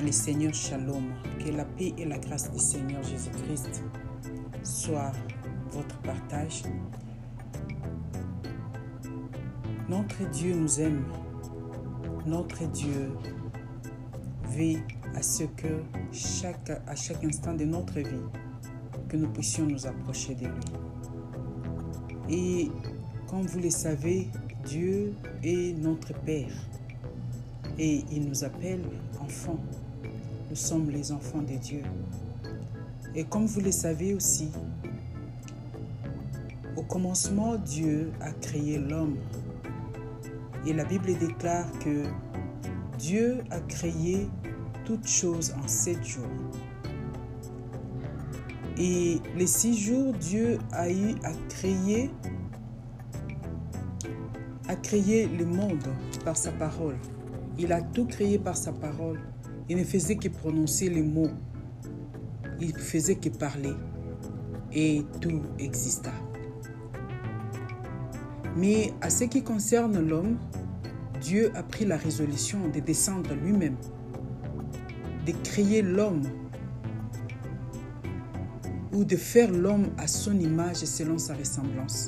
le Seigneur Shalom, que la paix et la grâce du Seigneur Jésus-Christ soient votre partage. Notre Dieu nous aime. Notre Dieu veille à ce que à chaque instant de notre vie, que nous puissions nous approcher de lui. Et comme vous le savez, Dieu est notre Père et il nous appelle enfants. Nous sommes les enfants de Dieu. Et comme vous le savez aussi, au commencement, Dieu a créé l'homme. Et la Bible déclare que Dieu a créé toutes choses en 7 jours. Et les 6 jours, Dieu a eu à créer le monde par sa parole. Il a tout créé par sa parole. Il ne faisait que prononcer les mots. Il ne faisait que parler. Et tout exista. Mais à ce qui concerne l'homme, Dieu a pris la résolution de descendre lui-même, de créer l'homme ou de faire l'homme à son image et selon sa ressemblance.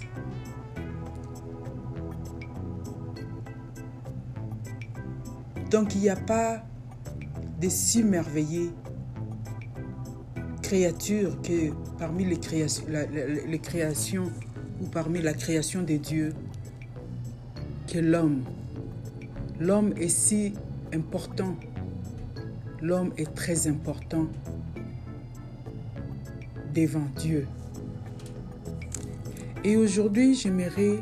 Donc il n'y a pas de si merveilleux créature que parmi les créations ou parmi la création de Dieu que l'homme. L'homme est si important. L'homme est très important devant Dieu. Et aujourd'hui, j'aimerais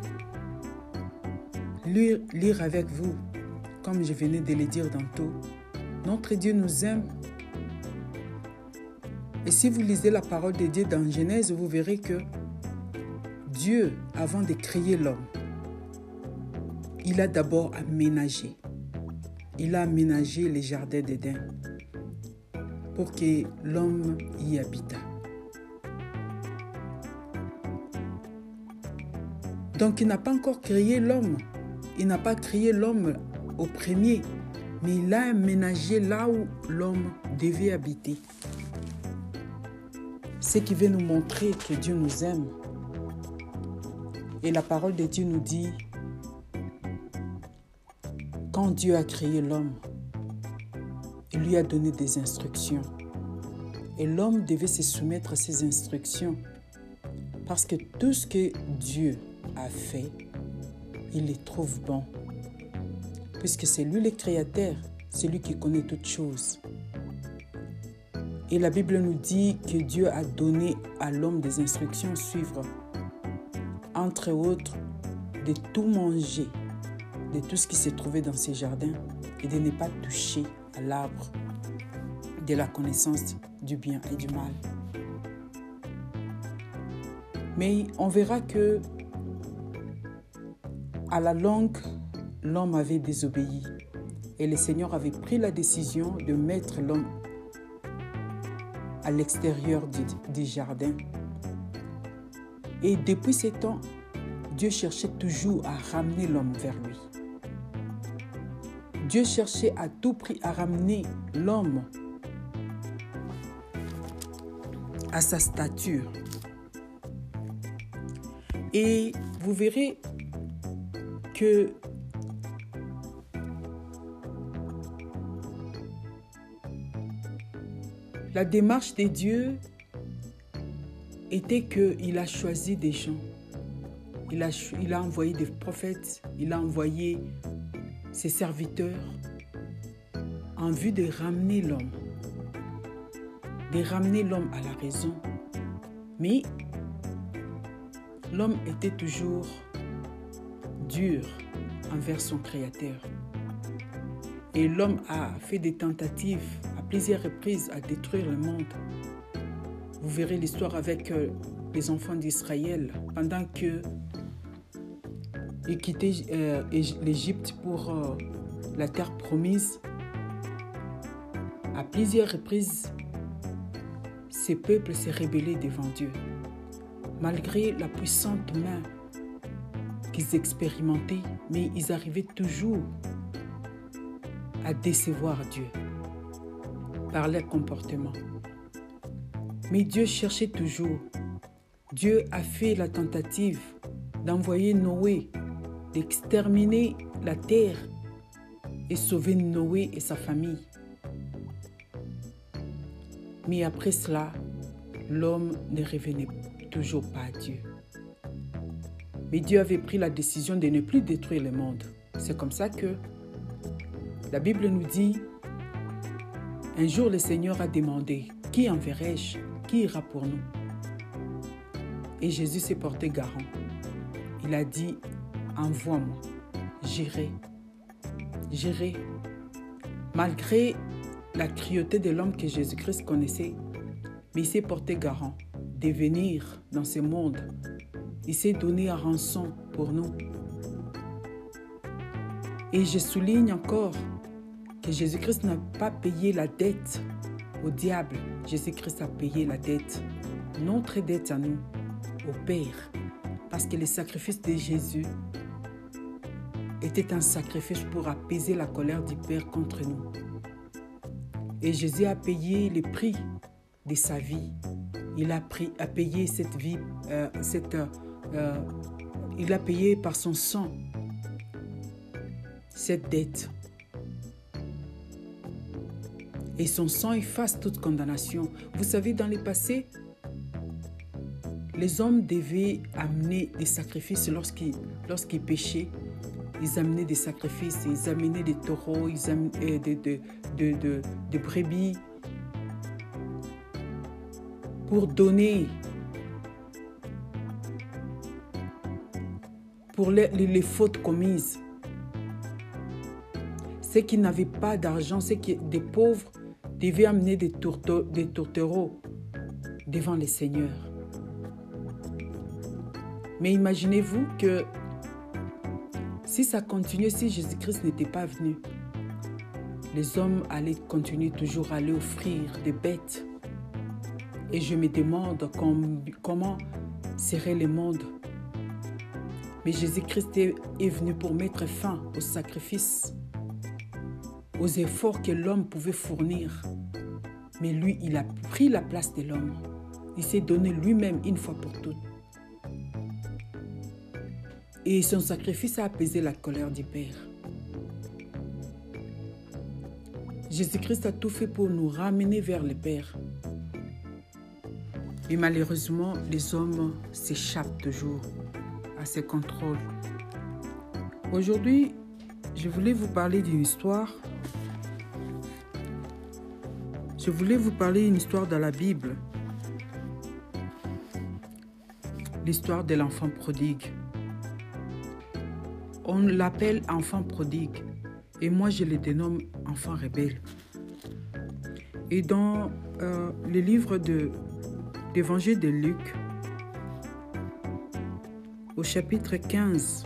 lire avec vous, comme je venais de le dire tantôt, notre Dieu nous aime. Et si vous lisez la parole de Dieu dans Genèse, vous verrez que Dieu, avant de créer l'homme, il a d'abord aménagé. Il a aménagé les jardins d'Éden pour que l'homme y habite. Donc, il n'a pas encore créé l'homme. Il n'a pas créé l'homme au premier, mais il a aménagé là où l'homme devait habiter. Ce qui veut nous montrer que Dieu nous aime. Et la parole de Dieu nous dit, quand Dieu a créé l'homme, il lui a donné des instructions. Et l'homme devait se soumettre à ces instructions. Parce que tout ce que Dieu a fait, il les trouve bon. Puisque c'est lui le créateur, c'est lui qui connaît toutes choses. Et la Bible nous dit que Dieu a donné à l'homme des instructions à suivre. Entre autres, de tout manger, de tout ce qui se trouvait dans ses jardins et de ne pas toucher à l'arbre de la connaissance du bien et du mal. Mais on verra que à la longue, l'homme avait désobéi et le Seigneur avait pris la décision de mettre l'homme à l'extérieur du jardin. Et depuis ce temps, Dieu cherchait toujours à ramener l'homme vers lui. Dieu cherchait à tout prix à ramener l'homme à sa stature. Et vous verrez que la démarche de Dieu était qu'il a choisi des gens. Il a envoyé des prophètes, il a envoyé ses serviteurs en vue de ramener l'homme à la raison. Mais l'homme était toujours dur envers son Créateur. Et l'homme a fait des tentatives à plusieurs reprises à détruire le monde. Vous verrez l'histoire avec les enfants d'Israël pendant qu'ils quittaient l'Égypte pour la terre promise. À plusieurs reprises, ces peuples s'est rebellés devant Dieu. Malgré la puissante main qu'ils expérimentaient, mais ils arrivaient toujours à décevoir Dieu. par leur comportement. Mais Dieu cherchait toujours. Dieu a fait la tentative d'envoyer Noé, d'exterminer la terre et sauver Noé et sa famille. Mais après cela, l'homme ne revenait toujours pas à Dieu. Mais Dieu avait pris la décision de ne plus détruire le monde. C'est comme ça que la Bible nous dit, un jour le Seigneur a demandé, qui enverrai-je? Qui ira pour nous? Et Jésus s'est porté garant. Il a dit, envoie-moi, j'irai. J'irai. Malgré la cruauté de l'homme que Jésus-Christ connaissait, mais il s'est porté garant de venir dans ce monde. Il s'est donné à rançon pour nous. Et je souligne encore que Jésus-Christ n'a pas payé la dette au diable. Jésus-Christ a payé la dette, notre dette à nous, au Père. Parce que le sacrifice de Jésus était un sacrifice pour apaiser la colère du Père contre nous. Et Jésus a payé le prix de sa vie. Il a payé cette vie, il a payé par son sang cette dette. Et son sang efface toute condamnation. Vous savez, dans le passé, les hommes devaient amener des sacrifices lorsqu'ils péchaient. Ils amenaient des sacrifices, ils amenaient des taureaux, ils amenaient des brebis pour donner pour les fautes commises. Ceux qui n'avaient pas d'argent, des pauvres, devaient amener des tourtereaux devant les seigneurs. Mais imaginez-vous que si ça continuait, si Jésus-Christ n'était pas venu, les hommes allaient continuer toujours à aller offrir des bêtes. Et je me demande comment serait le monde. Mais Jésus-Christ est venu pour mettre fin au sacrifice, aux efforts que l'homme pouvait fournir. Mais lui, il a pris la place de l'homme. Il s'est donné lui-même une fois pour toutes. Et son sacrifice a apaisé la colère du Père. Jésus-Christ a tout fait pour nous ramener vers le Père. Mais malheureusement, les hommes s'échappent toujours à ces contrôles. Aujourd'hui, je voulais vous parler d'une histoire. Je voulais vous parler d'une histoire dans la Bible. L'histoire de l'enfant prodigue. On l'appelle enfant prodigue et moi je le dénomme enfant rebelle. Et dans le livre de l'Évangile de Luc, au chapitre 15,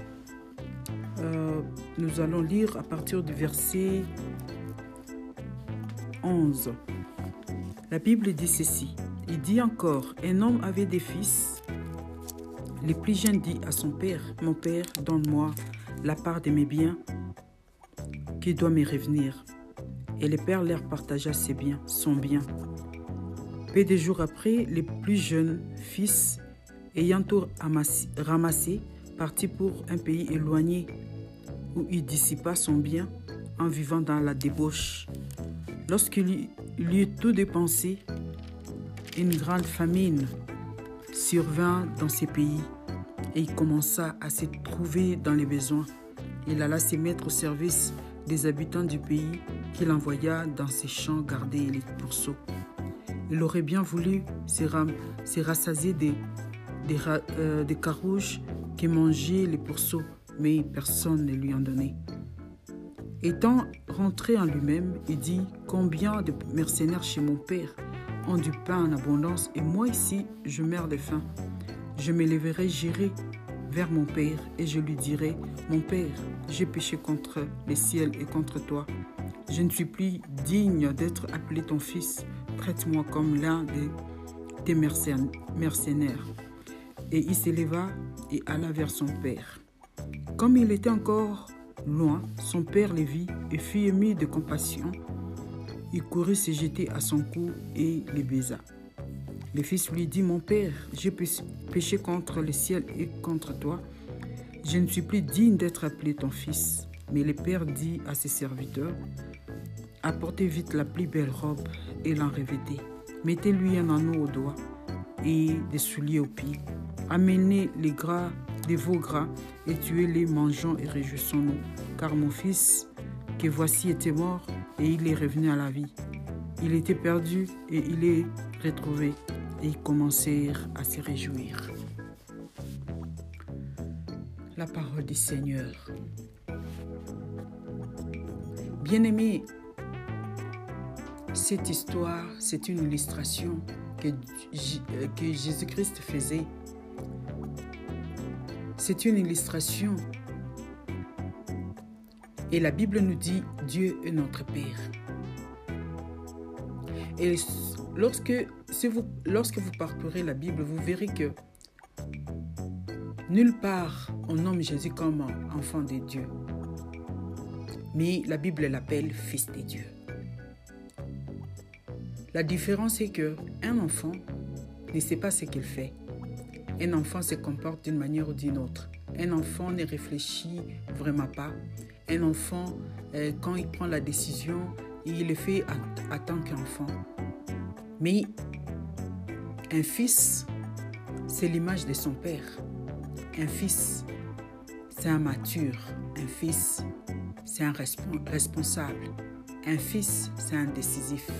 nous allons lire à partir du verset 11. La Bible dit ceci. Il dit encore, un homme avait des fils. Le plus jeune dit à son père, mon père, donne-moi la part de mes biens qui doit me revenir. Et le père leur partagea ses biens, son bien. Peu de jours après, le plus jeune fils, ayant tout ramassé, partit pour un pays éloigné où il dissipa son bien en vivant dans la débauche. Lorsqu'il eut tout dépensé, une grande famine survint dans ces pays et il commença à se trouver dans les besoins. Il alla se mettre au service des habitants du pays qu'il envoya dans ses champs garder les pourceaux. Il aurait bien voulu se rassasier des carouges qui mangeaient les pourceaux, mais personne ne lui en donnait. Étant rentré en lui-même, il dit « Combien de mercenaires chez mon père ont du pain en abondance et moi ici, je meurs de faim. Je me lèverai, j'irai vers mon père et je lui dirai « Mon père, j'ai péché contre le ciel et contre toi. Je ne suis plus digne d'être appelé ton fils. Traite-moi comme l'un de tes mercenaires. » Et il s'éleva et alla vers son père. Comme il était encore loin, son père le vit et fut ému de compassion. Il courut se jeter à son cou et le baisa. Le fils lui dit, « Mon père, j'ai péché contre le ciel et contre toi. Je ne suis plus digne d'être appelé ton fils. » Mais le père dit à ses serviteurs, « Apportez vite la plus belle robe et l'en revêtez. Mettez-lui un anneau au doigt et des souliers aux pieds. Amenez des veaux gras et tuez-les, mangeons et réjouissons-nous. Car mon fils, que voici, était mort et il est revenu à la vie. Il était perdu et il est retrouvé. » Et ils commencèrent à se réjouir. La parole du Seigneur. Bien-aimés, cette histoire, c'est une illustration que Jésus-Christ faisait. C'est une illustration. Et la Bible nous dit, Dieu est notre Père. Et lorsque vous parcourez la Bible, vous verrez que nulle part on nomme Jésus comme enfant de Dieu. Mais la Bible l'appelle fils de Dieu. La différence est qu'un enfant ne sait pas ce qu'il fait. Un enfant se comporte d'une manière ou d'une autre. Un enfant ne réfléchit vraiment pas. Un enfant, quand il prend la décision, il le fait en tant qu'enfant. Mais un fils, c'est l'image de son père. Un fils, c'est un mature. Un fils, c'est un responsable. Un fils, c'est un décisif.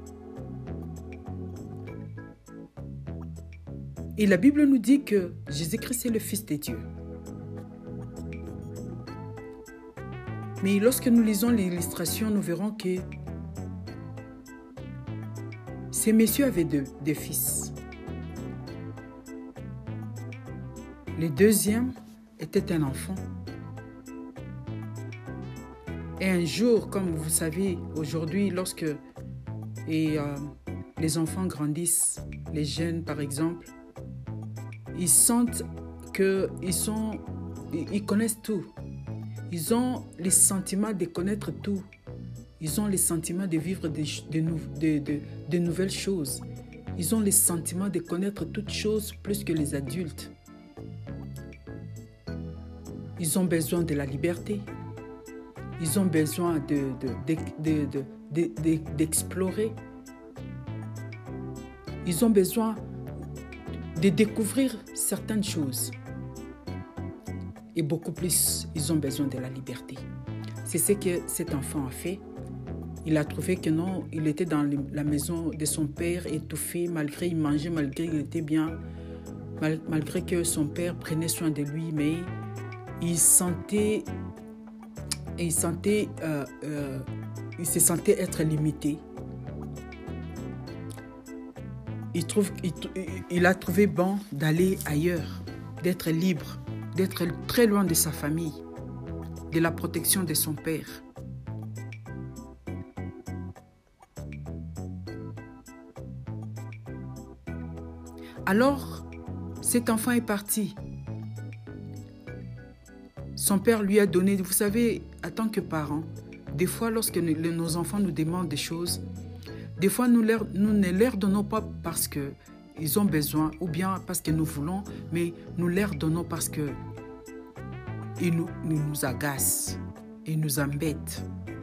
Et la Bible nous dit que Jésus-Christ est le Fils de Dieu. Mais lorsque nous lisons l'illustration, nous verrons que ces messieurs avaient deux fils. Le deuxième était un enfant. Et un jour, comme vous savez, aujourd'hui, lorsque les enfants grandissent, les jeunes par exemple, ils sentent qu'ils connaissent tout. Ils ont les sentiments de connaître tout. Ils ont les sentiments de vivre de nouvelles choses. Ils ont les sentiments de connaître toutes choses plus que les adultes. Ils ont besoin de la liberté. Ils ont besoin d'explorer. Ils ont besoin de découvrir certaines choses. Et beaucoup plus, ils ont besoin de la liberté. C'est ce que cet enfant a fait. Il a trouvé que non, il était dans la maison de son père, étouffé, malgré il mangeait, malgré il était bien, malgré que son père prenait soin de lui, mais il se sentait être limité. Il a trouvé bon d'aller ailleurs, d'être libre, d'être très loin de sa famille, de la protection de son père. Alors, cet enfant est parti. Son père lui a donné, vous savez, en tant que parents, des fois lorsque nos enfants nous demandent des choses, des fois nous ne leur donnons pas parce qu'ils ont besoin ou bien parce que nous voulons, mais nous leur donnons parce qu'ils nous agacent, ils nous embêtent.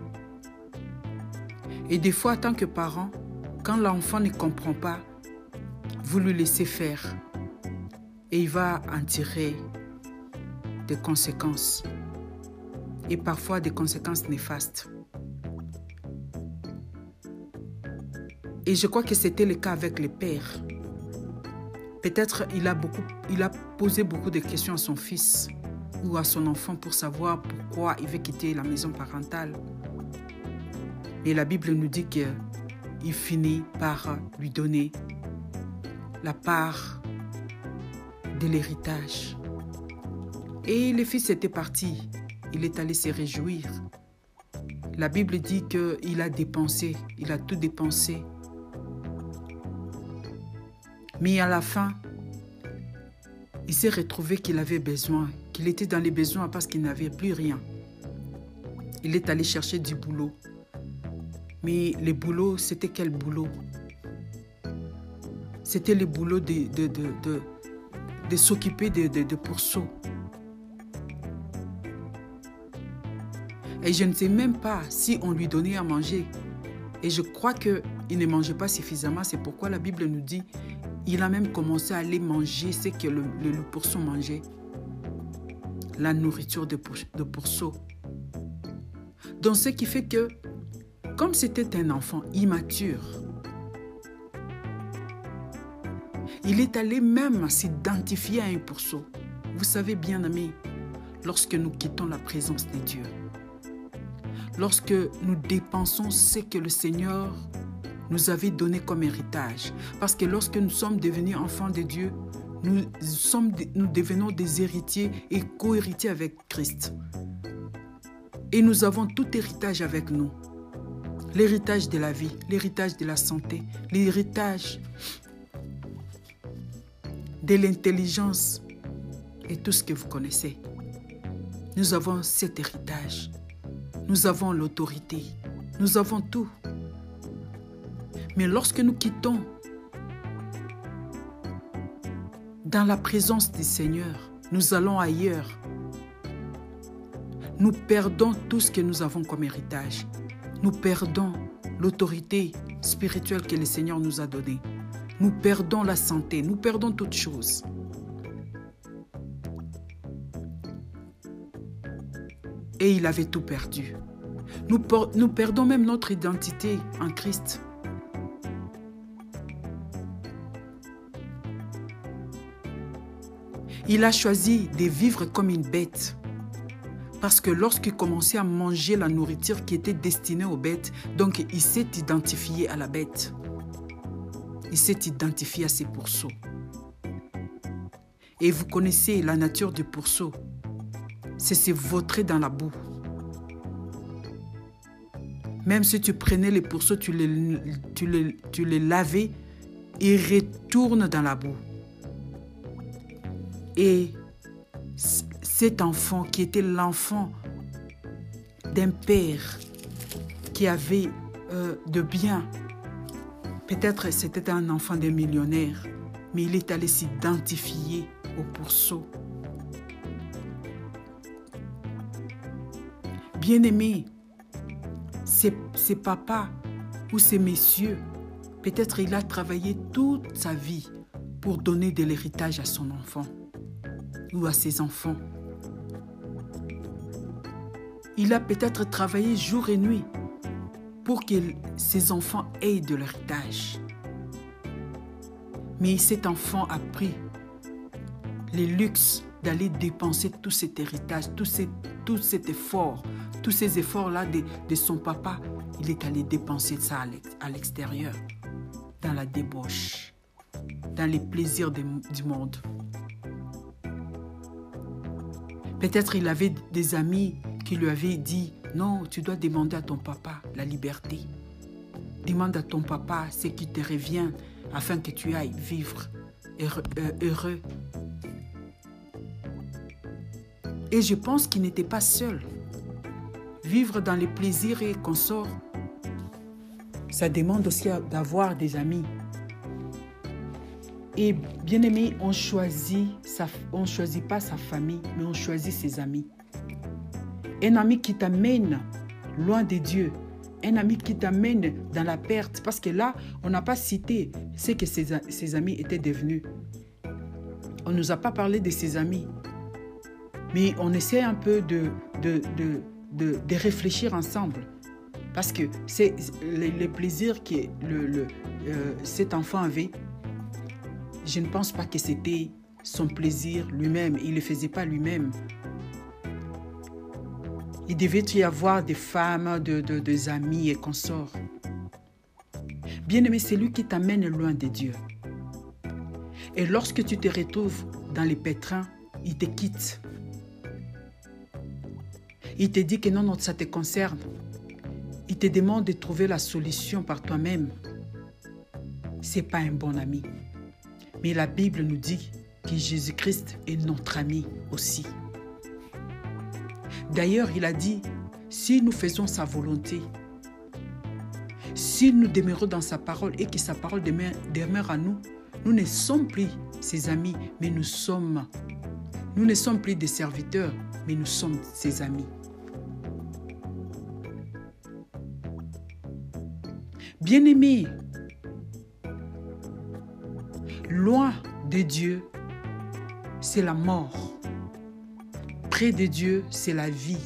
Et des fois, en tant que parents, quand l'enfant ne comprend pas, vous lui laissez faire et il va en tirer des conséquences et parfois des conséquences néfastes. Et je crois que c'était le cas avec le père. Peut-être il a posé beaucoup de questions à son fils ou à son enfant pour savoir pourquoi il veut quitter la maison parentale. Et la Bible nous dit qu'il finit par lui donner la part de l'héritage. Et le fils était parti. Il est allé se réjouir. La Bible dit qu'il a dépensé, il a tout dépensé. Mais à la fin, il s'est retrouvé qu'il avait besoin, qu'il était dans les besoins parce qu'il n'avait plus rien. Il est allé chercher du boulot. Mais les boulots, c'était quel boulot? C'était le boulot de s'occuper de pourceaux. Et je ne sais même pas si on lui donnait à manger. Et je crois qu'il ne mangeait pas suffisamment. C'est pourquoi la Bible nous dit il a même commencé à aller manger ce que le pourceau mangeait. La nourriture de pourceau. Donc ce qui fait que, comme c'était un enfant immature, il est allé même s'identifier à un pourceau. Vous savez, bien aimés, lorsque nous quittons la présence de Dieu, lorsque nous dépensons ce que le Seigneur nous avait donné comme héritage, parce que lorsque nous sommes devenus enfants de Dieu, nous devenons des héritiers et co-héritiers avec Christ. Et nous avons tout héritage avec nous. L'héritage de la vie, l'héritage de la santé, l'héritage de l'intelligence et tout ce que vous connaissez. Nous avons cet héritage. Nous avons l'autorité. Nous avons tout. Mais lorsque nous quittons dans la présence du Seigneur, nous allons ailleurs. Nous perdons tout ce que nous avons comme héritage. Nous perdons l'autorité spirituelle que le Seigneur nous a donnée. Nous perdons la santé, nous perdons toutes choses. Et il avait tout perdu. Nous perdons même notre identité en Christ. Il a choisi de vivre comme une bête. Parce que lorsqu'il commençait à manger la nourriture qui était destinée aux bêtes, donc il s'est identifié à la bête. Il s'est identifié à ses pourceaux. Et vous connaissez la nature du pourceau. C'est se vautrer dans la boue. Même si tu prenais les pourceaux, tu les lavais, ils retournent dans la boue. Et cet enfant qui était l'enfant d'un père qui avait de biens, peut-être c'était un enfant d'un millionnaire, mais il est allé s'identifier au pourceau. Bien-aimé, ces papas ou ces messieurs, peut-être il a travaillé toute sa vie pour donner de l'héritage à son enfant ou à ses enfants. Il a peut-être travaillé jour et nuit pour que ses enfants aient de l'héritage. Mais cet enfant a pris le luxe d'aller dépenser tout cet héritage, tout cet effort, tous ces efforts-là de son papa. Il est allé dépenser ça à l'extérieur, dans la débauche, dans les plaisirs du monde. Peut-être il avait des amis qui lui avaient dit « Non, tu dois demander à ton papa la liberté. Demande à ton papa ce qui te revient afin que tu ailles vivre heureux. » Et je pense qu'il n'était pas seul. Vivre dans les plaisirs et consorts, ça demande aussi d'avoir des amis. Et bien aimé, on choisit pas sa famille, mais on choisit ses amis. Un ami qui t'amène loin de Dieu, un ami qui t'amène dans la perte, parce que là, on n'a pas cité ce que ses amis étaient devenus. On ne nous a pas parlé de ses amis, mais on essaie un peu de réfléchir ensemble. Parce que c'est les plaisirs que cet enfant avait, je ne pense pas que c'était son plaisir lui-même. Il ne le faisait pas lui-même. Il devait y avoir des femmes, des amis et consorts. Bien-aimé, c'est lui qui t'amène loin de Dieu. Et lorsque tu te retrouves dans les pétrins, il te quitte. Il te dit que non, ça te concerne. Il te demande de trouver la solution par toi-même. Ce n'est pas un bon ami. Mais la Bible nous dit que Jésus-Christ est notre ami aussi. D'ailleurs, il a dit, si nous faisons sa volonté, Si nous demeurons dans sa parole et que sa parole demeure à nous, nous ne sommes plus ses amis, mais nous ne sommes plus des serviteurs, mais nous sommes ses amis. Bien-aimés, loin de Dieu, c'est la mort. Près de Dieu, c'est la vie.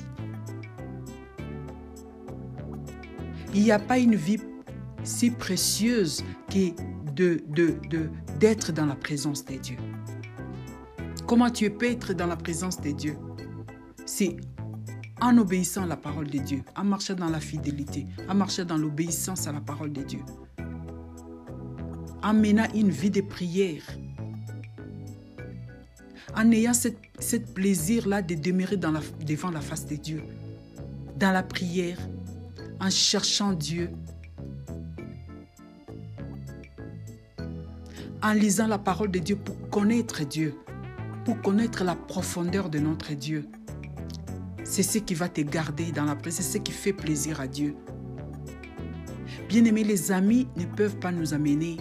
Il n'y a pas une vie si précieuse que d'être dans la présence de Dieu. Comment tu peux être dans la présence de Dieu? C'est en obéissant à la parole de Dieu, en marchant dans la fidélité, en marchant dans l'obéissance à la parole de Dieu, en menant une vie de prière, en ayant ce plaisir-là de demeurer devant la face de Dieu, dans la prière, en cherchant Dieu, en lisant la parole de Dieu pour connaître Dieu, pour connaître la profondeur de notre Dieu. C'est ce qui va te garder dans la présence, c'est ce qui fait plaisir à Dieu. Bien-aimés, les amis ne peuvent pas nous amener.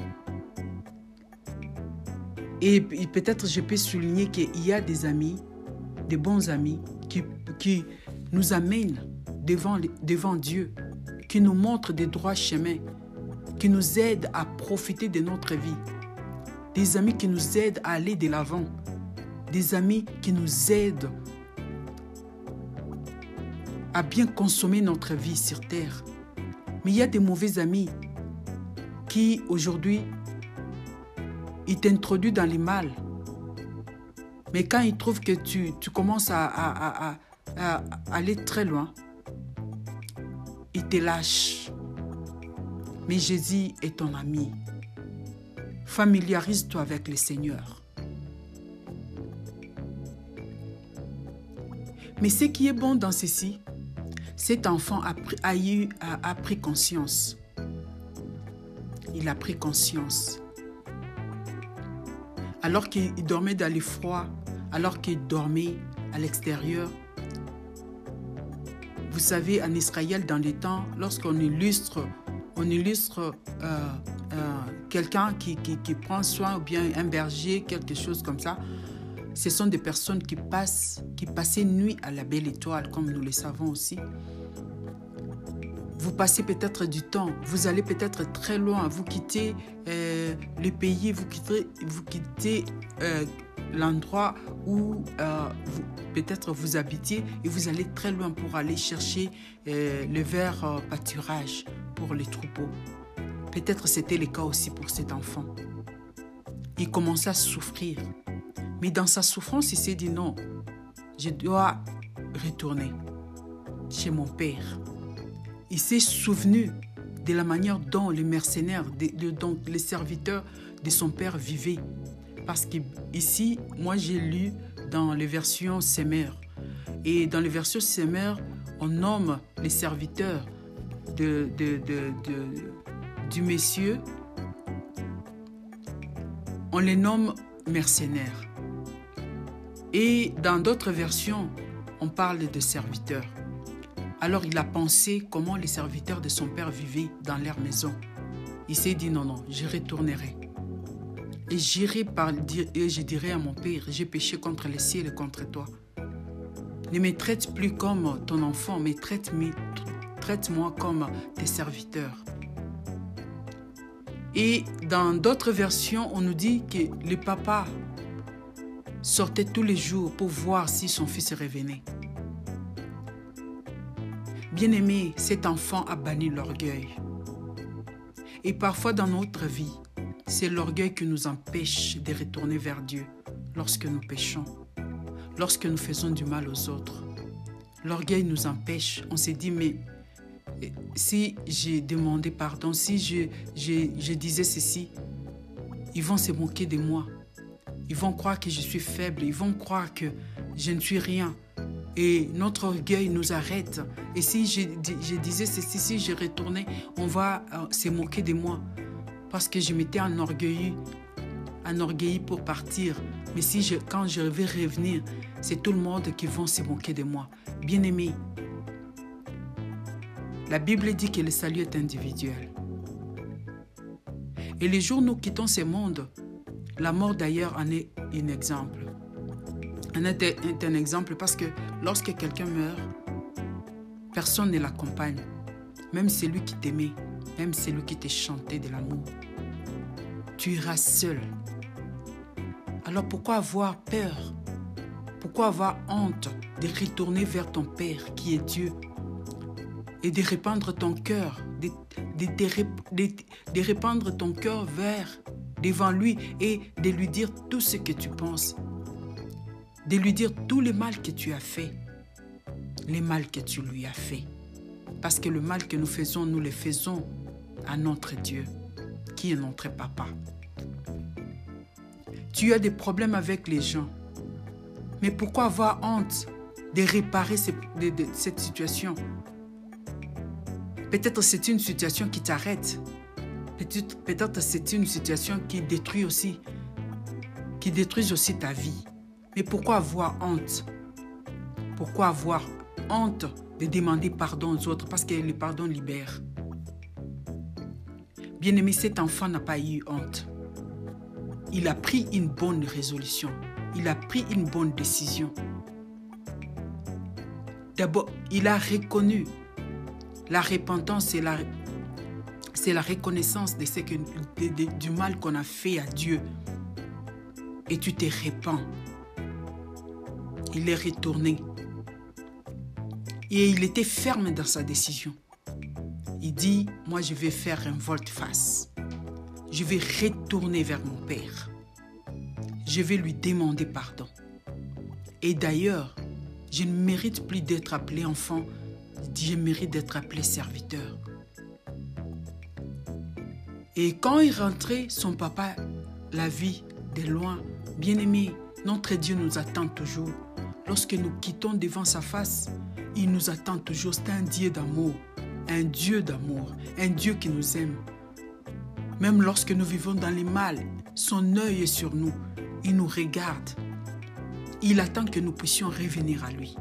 Et peut-être je peux souligner qu'il y a des amis, des bons amis, qui nous amènent devant Dieu, qui nous montrent des droits chemins, qui nous aident à profiter de notre vie. Des amis qui nous aident à aller de l'avant. Des amis qui nous aident à bien consommer notre vie sur terre. Mais il y a des mauvais amis qui, aujourd'hui, ils t'introduisent dans les mal. Mais quand ils trouvent que tu commences à aller très loin, ils te lâchent. Mais Jésus est ton ami. Familiarise-toi avec le Seigneur. Mais ce qui est bon dans ceci, cet enfant a pris conscience. Il a pris conscience. Alors qu'il dormait dans le froid, alors qu'il dormait à l'extérieur. Vous savez, en Israël, dans les temps, lorsqu'on illustre quelqu'un qui prend soin, ou bien un berger, quelque chose comme ça, ce sont des personnes qui passaient nuit à la belle étoile, comme nous le savons aussi. Vous passez peut-être du temps, vous allez peut-être très loin, vous quittez le pays, vous quittez l'endroit où peut-être vous habitiez et vous allez très loin pour aller chercher le vert pâturage pour les troupeaux. Peut-être c'était le cas aussi pour cet enfant. Il commençait à souffrir. Mais dans sa souffrance, il s'est dit non, je dois retourner chez mon père. Il s'est souvenu de la manière dont les mercenaires, dont les serviteurs de son père vivaient. Parce qu'ici, moi j'ai lu dans les versions Semeur. Et dans les versions Semeur, on nomme les serviteurs du monsieur, on les nomme mercenaires. Et dans d'autres versions, on parle de serviteurs. Alors il a pensé comment les serviteurs de son père vivaient dans leur maison. Il s'est dit non, je retournerai. Et je dirai à mon père, j'ai péché contre le ciel et contre toi. Ne me traite plus comme ton enfant, mais traite-moi comme tes serviteurs. Et dans d'autres versions, on nous dit que le papa sortait tous les jours pour voir si son fils revenait. Bien-aimé, cet enfant a banni l'orgueil. Et parfois dans notre vie, c'est l'orgueil qui nous empêche de retourner vers Dieu lorsque nous péchons, lorsque nous faisons du mal aux autres. L'orgueil nous empêche. On s'est dit, mais si j'ai demandé pardon, si je disais ceci, ils vont se moquer de moi. Ils vont croire que je suis faible. Ils vont croire que je ne suis rien. Et notre orgueil nous arrête. Et si je disais ceci, si je retournais, on va se moquer de moi. Parce que je m'étais enorgueilli pour partir. Mais quand je vais revenir, c'est tout le monde qui va se moquer de moi. Bien-aimé, la Bible dit que le salut est individuel. Et les jours où nous quittons ce monde, la mort d'ailleurs en est un exemple. En est un exemple parce que lorsque quelqu'un meurt, personne ne l'accompagne. Même celui qui t'aimait, même celui qui t'a chanté de l'amour. Tu iras seul. Alors pourquoi avoir peur? Pourquoi avoir honte de retourner vers ton Père qui est Dieu et de répandre ton cœur, de répandre ton cœur devant lui et de lui dire tout ce que tu penses, de lui dire tout le mal que tu as fait, les mal que tu lui as fait. Parce que le mal que nous faisons, nous le faisons à notre Dieu, qui est notre papa. Tu as des problèmes avec les gens. Mais pourquoi avoir honte de réparer cette situation? Peut-être c'est une situation qui t'arrête. Peut-être c'est une situation qui détruit aussi ta vie. Mais pourquoi avoir honte? Pourquoi avoir honte de demander pardon aux autres? Parce que le pardon libère. Bien-aimé, cet enfant n'a pas eu honte. Il a pris une bonne résolution. Il a pris une bonne décision. D'abord, il a reconnu la repentance, c'est la reconnaissance du mal qu'on a fait à Dieu. Et tu te repens. Il est retourné. Et il était ferme dans sa décision. Il dit, moi je vais faire un volte-face. Je vais retourner vers mon Père. Je vais lui demander pardon. Et d'ailleurs, je ne mérite plus d'être appelé enfant, je mérite d'être appelé serviteur. Et quand il rentrait, son papa l'a vu de loin. Bien-aimé, notre Dieu nous attend toujours. Lorsque nous quittons devant sa face, il nous attend toujours. C'est un Dieu d'amour, un Dieu d'amour, un Dieu qui nous aime. Même lorsque nous vivons dans les mal, son œil est sur nous. Il nous regarde. Il attend que nous puissions revenir à lui.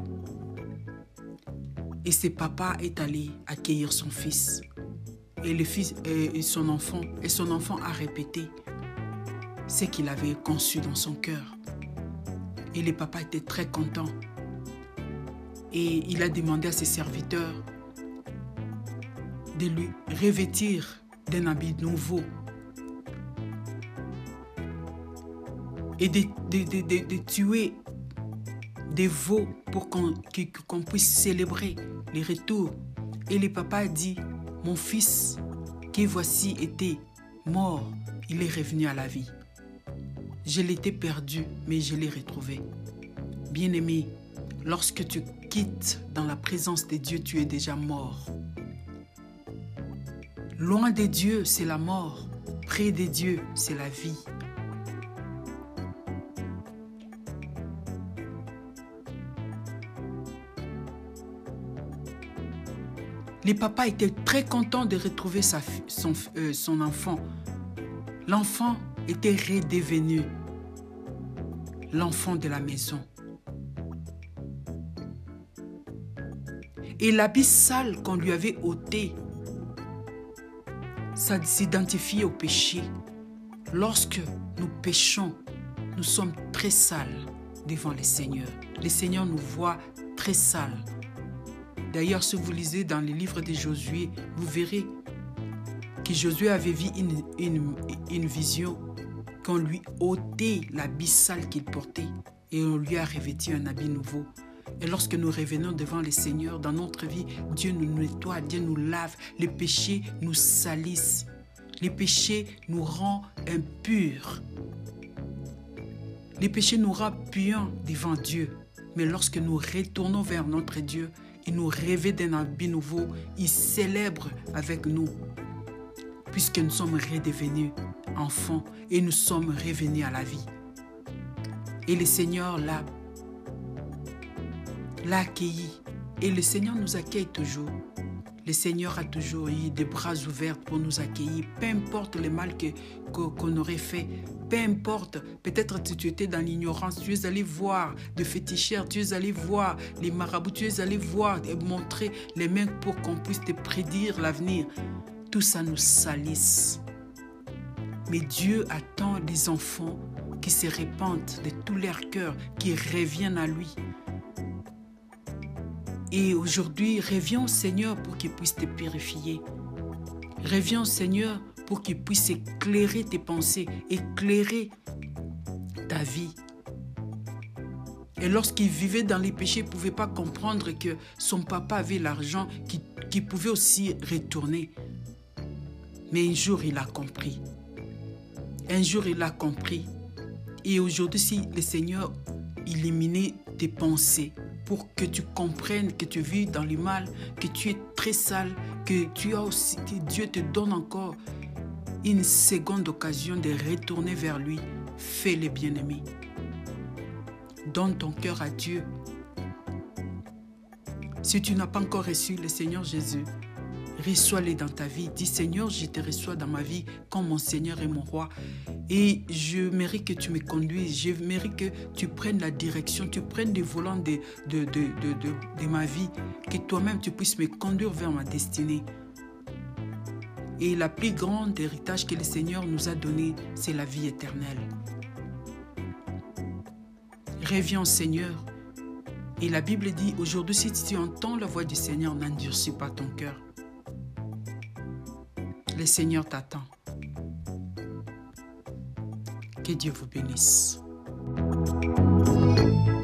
Et ce papa est allé accueillir son fils. Et le fils et son enfant a répété ce qu'il avait conçu dans son cœur. Et le papa était très content. Et il a demandé à ses serviteurs de lui revêtir d'un habit nouveau et de tuer des veaux pour qu'on puisse célébrer le retour. Et le papa a dit, mon fils qui voici était mort, il est revenu à la vie. Je l'étais perdu, mais je l'ai retrouvé. Bien-aimé, lorsque tu quittes dans la présence de Dieu, tu es déjà mort. Loin de Dieu, c'est la mort. Près de Dieu, c'est la vie. Le papa était très content de retrouver son enfant. L'enfant était redevenu l'enfant de la maison. Et l'habit sale qu'on lui avait ôté, ça s'identifie au péché. Lorsque nous péchons, nous sommes très sales devant le Seigneur. Le Seigneur nous voit très sales. D'ailleurs, si vous lisez dans les livres de Josué, vous verrez que Josué avait vu une vision qu'on lui ôtait l'habit sale qu'il portait et on lui a revêtu un habit nouveau. Et lorsque nous revenons devant le Seigneur dans notre vie, Dieu nous nettoie, Dieu nous lave. Les péchés nous salissent. Les péchés nous rendent impurs. Les péchés nous rendent puants devant Dieu. Mais lorsque nous retournons vers notre Dieu, il nous revêt d'un habit nouveau. Il célèbre avec nous. Puisque nous sommes redevenus enfants et nous sommes revenus à la vie. Et le Seigneur l'a accueilli. Et le Seigneur nous accueille toujours. Le Seigneur a toujours eu des bras ouverts pour nous accueillir. Peu importe le mal qu'on aurait fait. Peu importe, peut-être que tu étais dans l'ignorance. Tu es allé voir des féticheurs. Tu es allé voir les marabouts. Tu es allé voir et montrer les mains pour qu'on puisse te prédire l'avenir. Tout ça nous salisse. Mais Dieu attend des enfants qui se répandent de tout leur cœur, qui reviennent à lui. Et aujourd'hui, reviens au Seigneur pour qu'il puisse te purifier. Reviens au Seigneur pour qu'il puisse éclairer tes pensées, éclairer ta vie. Et lorsqu'il vivait dans les péchés, il ne pouvait pas comprendre que son papa avait l'argent qu'il pouvait aussi retourner. Mais un jour, il a compris. Un jour, il a compris. Et aujourd'hui, si le Seigneur éliminait tes pensées pour que tu comprennes que tu vis dans le mal, que tu es très sale, que Dieu te donne encore une seconde occasion de retourner vers lui, fais-le, bien-aimé. Donne ton cœur à Dieu. Si tu n'as pas encore reçu le Seigneur Jésus, reçois-le dans ta vie. Dis, Seigneur, je te reçois dans ma vie comme mon Seigneur et mon roi. Et je mérite que tu me conduises. Je mérite que tu prennes la direction, tu prennes le volant de ma vie. Que toi-même, tu puisses me conduire vers ma destinée. Et la plus grande héritage que le Seigneur nous a donné, c'est la vie éternelle. Reviens au Seigneur. Et la Bible dit, aujourd'hui, si tu entends la voix du Seigneur, n'endurcis pas ton cœur. Le Seigneur t'attend. Que Dieu vous bénisse.